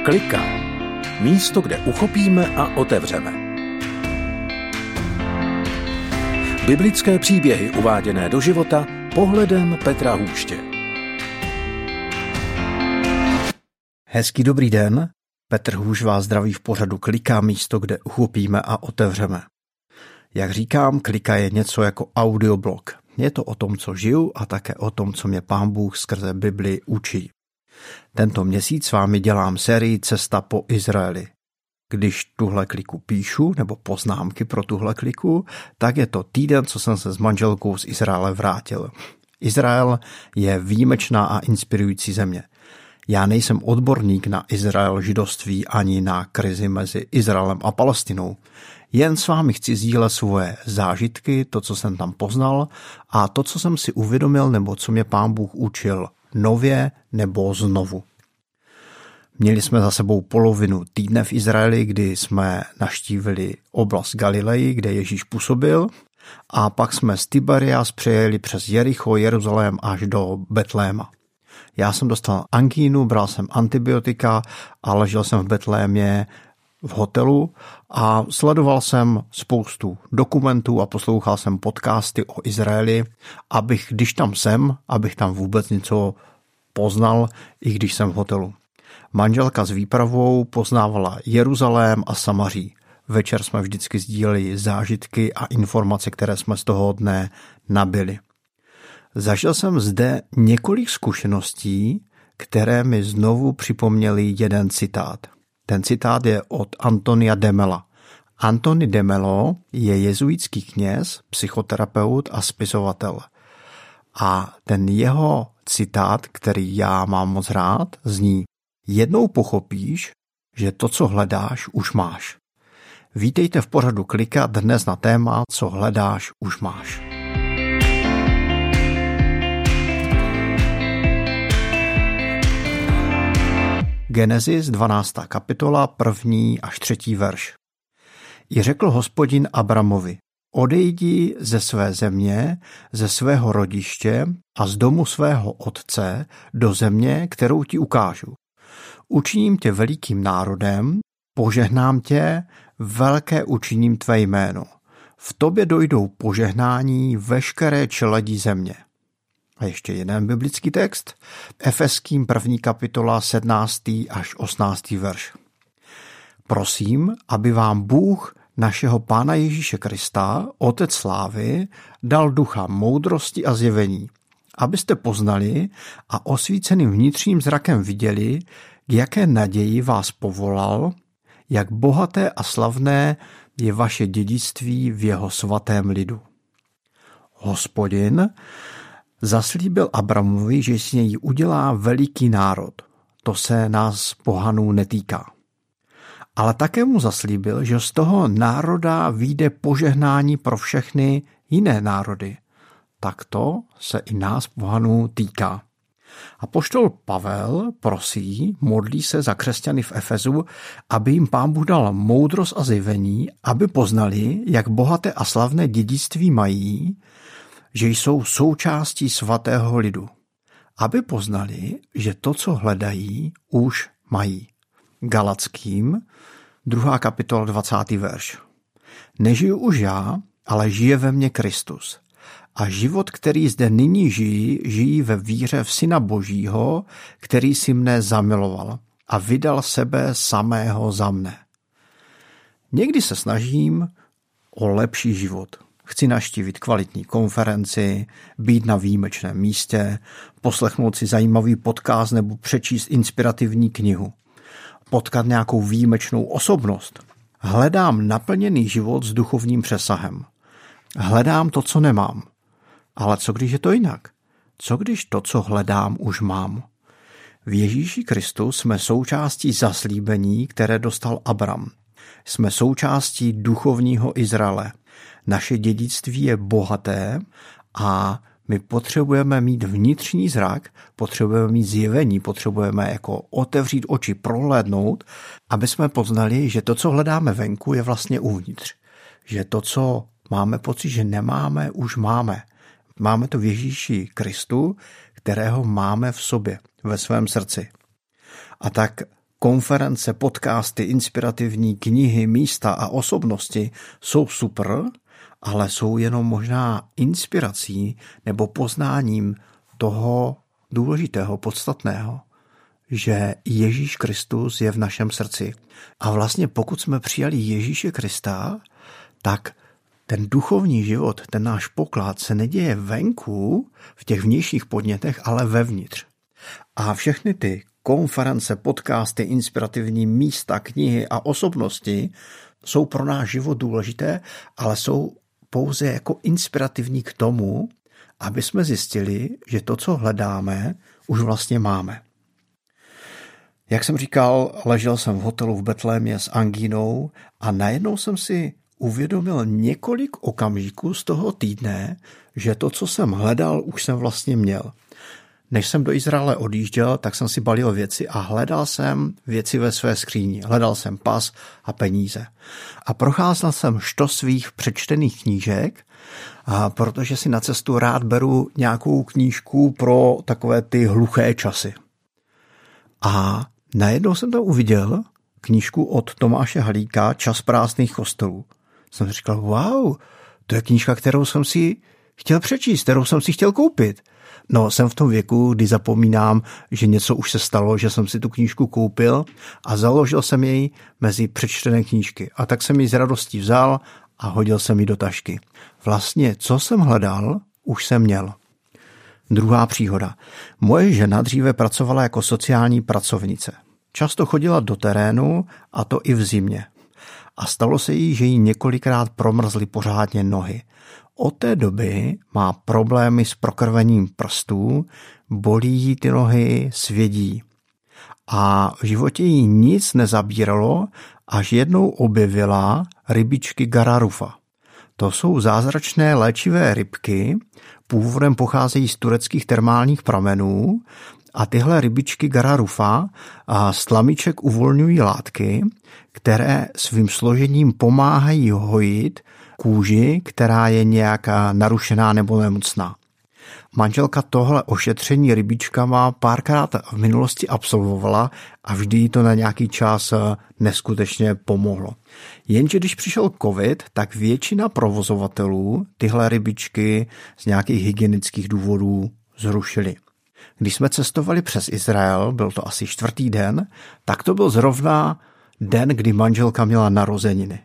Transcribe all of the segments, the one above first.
Klika. Místo, kde uchopíme a otevřeme. Biblické příběhy uváděné do života pohledem Petra Hůště. Hezký dobrý den, Petr Hůš vás zdraví v pořadu Klika, místo, kde uchopíme a otevřeme. Jak říkám, Klika je něco jako audioblog. Je to o tom, co žiju a také o tom, co mě Pán Bůh skrze Bibli učí. Tento měsíc s vámi dělám sérii Cesta po Izraeli. Když tuhle kliku píšu, nebo poznámky pro tuhle kliku, tak je to týden, co jsem se s manželkou z Izraele vrátil. Izrael je výjimečná a inspirující země. Já nejsem odborník na Izrael, židovství ani na krizi mezi Izraelem a Palestinou. Jen s vámi chci sdílet svoje zážitky, to, co jsem tam poznal a to, co jsem si uvědomil nebo co mě Pán Bůh učil nově nebo znovu. Měli jsme za sebou polovinu týdne v Izraeli, kdy jsme navštívili oblast Galileji, kde Ježíš působil, a pak jsme z Tiberias přejeli přes Jericho, Jeruzalém až do Betléma. Já jsem dostal angínu, bral jsem antibiotika a ležel jsem v Betlémě v hotelu a sledoval jsem spoustu dokumentů a poslouchal jsem podcasty o Izraeli, když tam jsem, abych tam vůbec něco poznal, i když jsem v hotelu. Manželka s výpravou poznávala Jeruzalém a Samaří. Večer jsme vždycky sdíleli zážitky a informace, které jsme z toho dne nabili. Zažil jsem zde několik zkušeností, které mi znovu připomněly jeden citát. Ten citát je od Antonia de Mela. Antoni de Melo je jezuitský kněz, psychoterapeut a spisovatel. A ten jeho citát, který já mám moc rád, zní: jednou pochopíš, že to, co hledáš, už máš. Vítejte v pořadu Klika dnes na téma Co hledáš, už máš. Genesis 12. kapitola, 1. až 3. verš. I řekl Hospodin Abramovi: odejdi ze své země, ze svého rodiště a z domu svého otce do země, kterou ti ukážu. Učiním tě velikým národem, požehnám tě, velké učiním tvé jméno. V tobě dojdou požehnání veškeré čeledí země. A ještě jeden biblický text, Efeským 1. kapitola 17. až 18. verš. Prosím, aby vám Bůh našeho Pána Ježíše Krista, Otec slávy, dal ducha moudrosti a zjevení, abyste poznali a osvíceným vnitřním zrakem viděli, k jaké naději vás povolal, jak bohaté a slavné je vaše dědictví v jeho svatém lidu. Hospodin zaslíbil Abramovi, že z něj udělá veliký národ. To se nás pohanů netýká. Ale také mu zaslíbil, že z toho národa vyjde požehnání pro všechny jiné národy. Tak to se i nás pohanů týká. Apoštol Pavel prosí, modlí se za křesťany v Efezu, aby jim Pán Bůh dal moudrost a zjevení, aby poznali, jak bohaté a slavné dědictví mají, že jsou součástí svatého lidu. Aby poznali, že to, co hledají, už mají. Galackým, 2. kapitola 20. verš. Nežiju už já, ale žije ve mně Kristus. A život, který zde nyní žijí ve víře v Syna Božího, který si mne zamiloval a vydal sebe samého za mne. Někdy se snažím o lepší život. Chci navštívit kvalitní konferenci, být na výjimečném místě, poslechnout si zajímavý podcast nebo přečíst inspirativní knihu. Potkat nějakou výjimečnou osobnost. Hledám naplněný život s duchovním přesahem. Hledám to, co nemám. Ale co když je to jinak? Co když to, co hledám, už mám? V Ježíši Kristu jsme součástí zaslíbení, které dostal Abram. Jsme součástí duchovního Izraele. Naše dědictví je bohaté a my potřebujeme mít vnitřní zrak, potřebujeme mít zjevení, potřebujeme jako otevřít oči, prohlédnout, aby jsme poznali, že to, co hledáme venku, je vlastně uvnitř. Že to, co máme pocit, že nemáme, už máme. Máme to v Ježíši Kristu, kterého máme v sobě, ve svém srdci. A tak konference, podcasty, inspirativní knihy, místa a osobnosti jsou super, ale jsou jenom možná inspirací nebo poznáním toho důležitého, podstatného, že Ježíš Kristus je v našem srdci. A vlastně pokud jsme přijali Ježíše Krista, tak ten duchovní život, ten náš poklad se neděje venku v těch vnějších podnětech, ale vevnitř. A všechny ty konference, podcasty, inspirativní místa, knihy a osobnosti jsou pro náš život důležité, ale jsou pouze jako inspirativní k tomu, aby jsme zjistili, že to, co hledáme, už vlastně máme. Jak jsem říkal, ležel jsem v hotelu v Betlémě s angínou a najednou jsem si uvědomil několik okamžiků z toho týdne, že to, co jsem hledal, už jsem vlastně měl. Než jsem do Izraele odjížděl, tak jsem si balil věci a hledal jsem věci ve své skříni. Hledal jsem pas a peníze. A procházel jsem štos svých přečtených knížek, protože si na cestu rád beru nějakou knížku pro takové ty hluché časy. A najednou jsem tam uviděl knížku od Tomáše Halíka Čas prázdných kostelů. Jsem říkal, wow, to je knížka, kterou jsem si chtěl přečíst, kterou jsem si chtěl koupit. No, jsem v tom věku, kdy zapomínám, že něco už se stalo, že jsem si tu knížku koupil a založil jsem jej mezi přečtené knížky. A tak jsem ji s radostí vzal a hodil jsem ji do tašky. Vlastně, co jsem hledal, už jsem měl. Druhá příhoda. Moje žena dříve pracovala jako sociální pracovnice. Často chodila do terénu, a to i v zimě. A stalo se jí, že jí několikrát promrzly pořádně nohy. Od té doby má problémy s prokrvením prstů, bolí jí ty nohy, svědí. A v životě jí nic nezabíralo, až jednou objevila rybičky Gararufa. To jsou zázračné léčivé rybky, původem pocházejí z tureckých termálních pramenů a tyhle rybičky Gararufa z tlamiček uvolňují látky, které svým složením pomáhají hojit kůži, která je nějak narušená nebo nemocná. Manželka tohle ošetření rybičkama párkrát v minulosti absolvovala a vždy jí to na nějaký čas neskutečně pomohlo. Jenže když přišel covid, tak většina provozovatelů tyhle rybičky z nějakých hygienických důvodů zrušili. Když jsme cestovali přes Izrael, byl to asi 4. den, tak to byl zrovna den, kdy manželka měla narozeniny.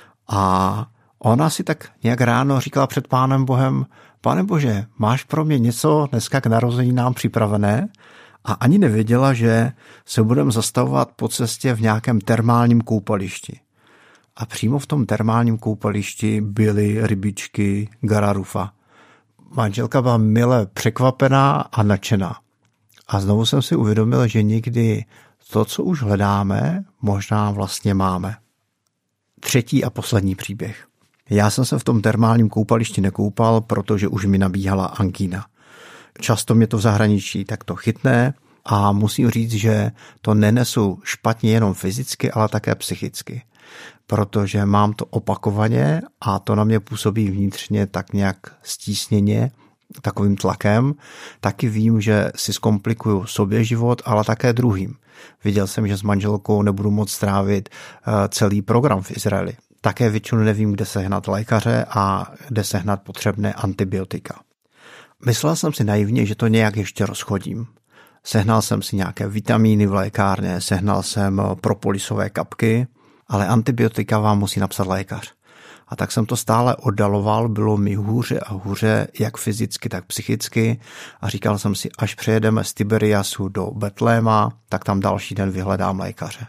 A ona si tak nějak ráno říkala před Pánem Bohem, Pane Bože, máš pro mě něco dneska k narozeninám připravené? A ani nevěděla, že se budeme zastavovat po cestě v nějakém termálním koupališti. A přímo v tom termálním koupališti byly rybičky Gararufa. Manželka byla mile překvapená a nadšená. A znovu jsem si uvědomil, že někdy to, co už hledáme, možná vlastně máme. 3. a poslední příběh. Já jsem se v tom termálním koupališti nekoupal, protože už mi nabíhala angína. Často mě to v zahraničí takto chytne a musím říct, že to nenesu špatně jenom fyzicky, ale také psychicky. Protože mám to opakovaně a to na mě působí vnitřně tak nějak stísněně, takovým tlakem. Taky vím, že si zkomplikuju sobě život, ale také druhým. Viděl jsem, že s manželkou nebudu moct strávit celý program v Izraeli. Také většinou nevím, kde sehnat lékaře a kde sehnat potřebné antibiotika. Myslel jsem si naivně, že to nějak ještě rozchodím. Sehnal jsem si nějaké vitamíny v lékárně, sehnal jsem propolisové kapky, ale antibiotika vám musí napsat lékař. A tak jsem to stále oddaloval, bylo mi hůře a hůře, jak fyzicky, tak psychicky a říkal jsem si, až přejedeme z Tiberiasu do Betléma, tak tam další den vyhledám lékaře.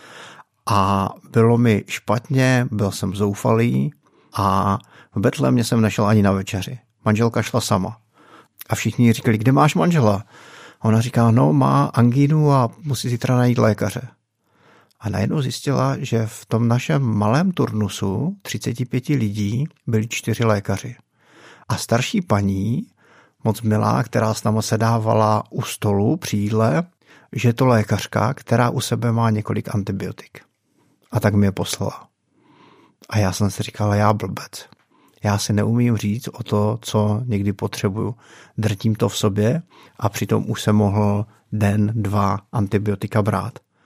A bylo mi špatně, byl jsem zoufalý a v Betlémě jsem nešel ani na večeři. Manželka šla sama. A všichni jí říkali, kde máš manžela? A ona říká, no má angínu a musí zítra najít lékaře. A najednou zjistila, že v tom našem malém turnusu 35 lidí byli 4 lékaři. A starší paní, moc milá, která s náma sedávala u stolu při jídle, že je to lékařka, která u sebe má několik antibiotik. A tak mi je poslala. A já jsem si říkal, já blbec. Já si neumím říct o to, co někdy potřebuju. Drtím to v sobě a přitom už jsem mohl den, 2 antibiotika brát.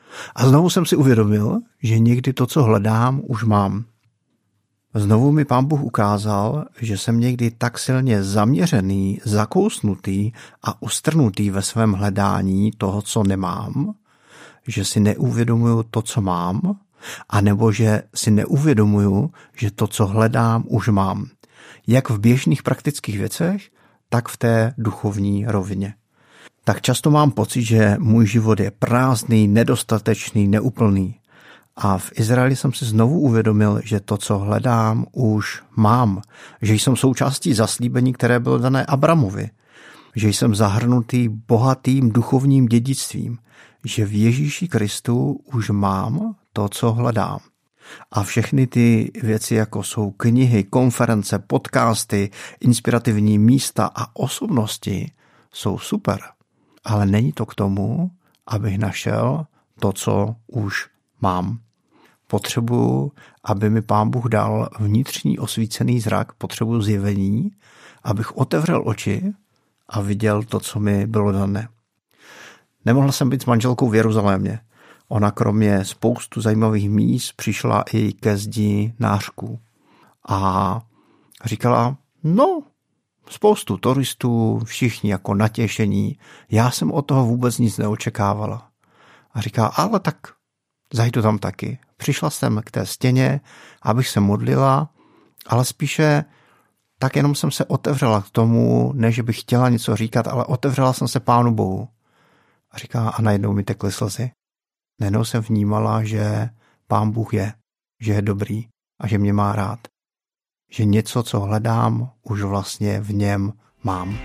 A znovu jsem si uvědomil, že někdy to, co hledám, už mám. Znovu mi Pán Bůh ukázal, že jsem někdy tak silně zaměřený, zakousnutý a ustrnutý ve svém hledání toho, co nemám, že si neuvědomuju to, co mám, anebo že si neuvědomuju, že to, co hledám, už mám. Jak v běžných praktických věcech, tak v té duchovní rovině. Tak často mám pocit, že můj život je prázdný, nedostatečný, neúplný. A v Izraeli jsem si znovu uvědomil, že to, co hledám, už mám. Že jsem součástí zaslíbení, které bylo dané Abramovi. Že jsem zahrnutý bohatým duchovním dědictvím. Že v Ježíši Kristu už mám to, co hledám. A všechny ty věci, jako jsou knihy, konference, podcasty, inspirativní místa a osobnosti, jsou super. Ale není to k tomu, abych našel to, co už mám. Potřebuji, aby mi Pán Bůh dal vnitřní osvícený zrak, potřebuji zjevení, abych otevřel oči a viděl to, co mi bylo dané. Nemohla jsem být s manželkou v Jeruzalémě. Ona kromě spoustu zajímavých míst přišla i ke zdi nářků. A říkala, spoustu turistů, všichni jako natěšení. Já jsem od toho vůbec nic neočekávala. A říká, ale tak zajdu tam taky. Přišla jsem k té stěně, abych se modlila, ale spíše tak jenom jsem se otevřela k tomu, ne, že bych chtěla něco říkat, ale otevřela jsem se Pánu Bohu. A říká, a najednou mi tekly slzy. Najednou jsem vnímala, že Pán Bůh je, že je dobrý a že mě má rád. Že něco, co hledám, už vlastně v něm mám.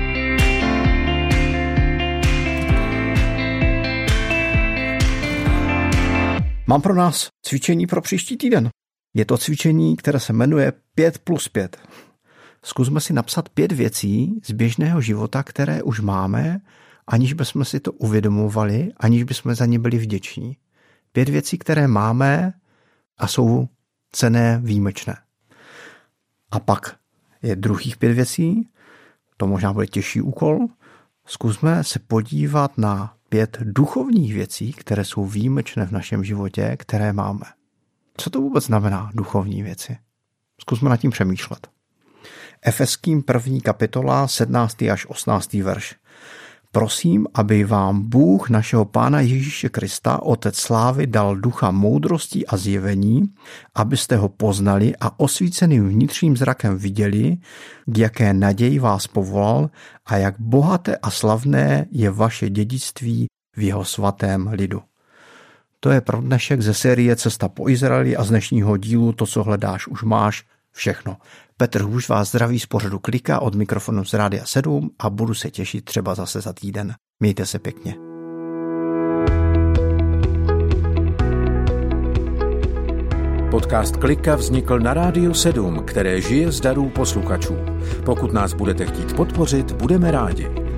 Mám pro nás cvičení pro příští týden. Je to cvičení, které se jmenuje 5+5. Zkusme si napsat 5 věcí z běžného života, které už máme, aniž bychom si to uvědomovali, aniž bychom za ně byli vděční. 5 věcí, které máme a jsou cenné, výjimečné. A pak je druhých 5 věcí, to možná bude těžší úkol. Zkusme se podívat na 5 duchovních věcí, které jsou výjimečné v našem životě, které máme. Co to vůbec znamená duchovní věci? Zkusme nad tím přemýšlet. Efeským 1. kapitola 17. až 18. verš. Prosím, aby vám Bůh našeho Pána Ježíše Krista, Otec slávy, dal ducha moudrosti a zjevení, abyste ho poznali a osvíceným vnitřním zrakem viděli, k jaké naději vás povolal a jak bohaté a slavné je vaše dědictví v jeho svatém lidu. To je pro dnešek ze série Cesta po Izraeli a z dnešního dílu To, co hledáš, už máš všechno. Petr Hůž vás zdraví z pořadu Klika od mikrofonu z Rádia 7 a budu se těšit třeba zase za týden. Mějte se pěkně. Podcast Klika vznikl na Rádiu 7, které žije z darů posluchačů. Pokud nás budete chtít podpořit, budeme rádi.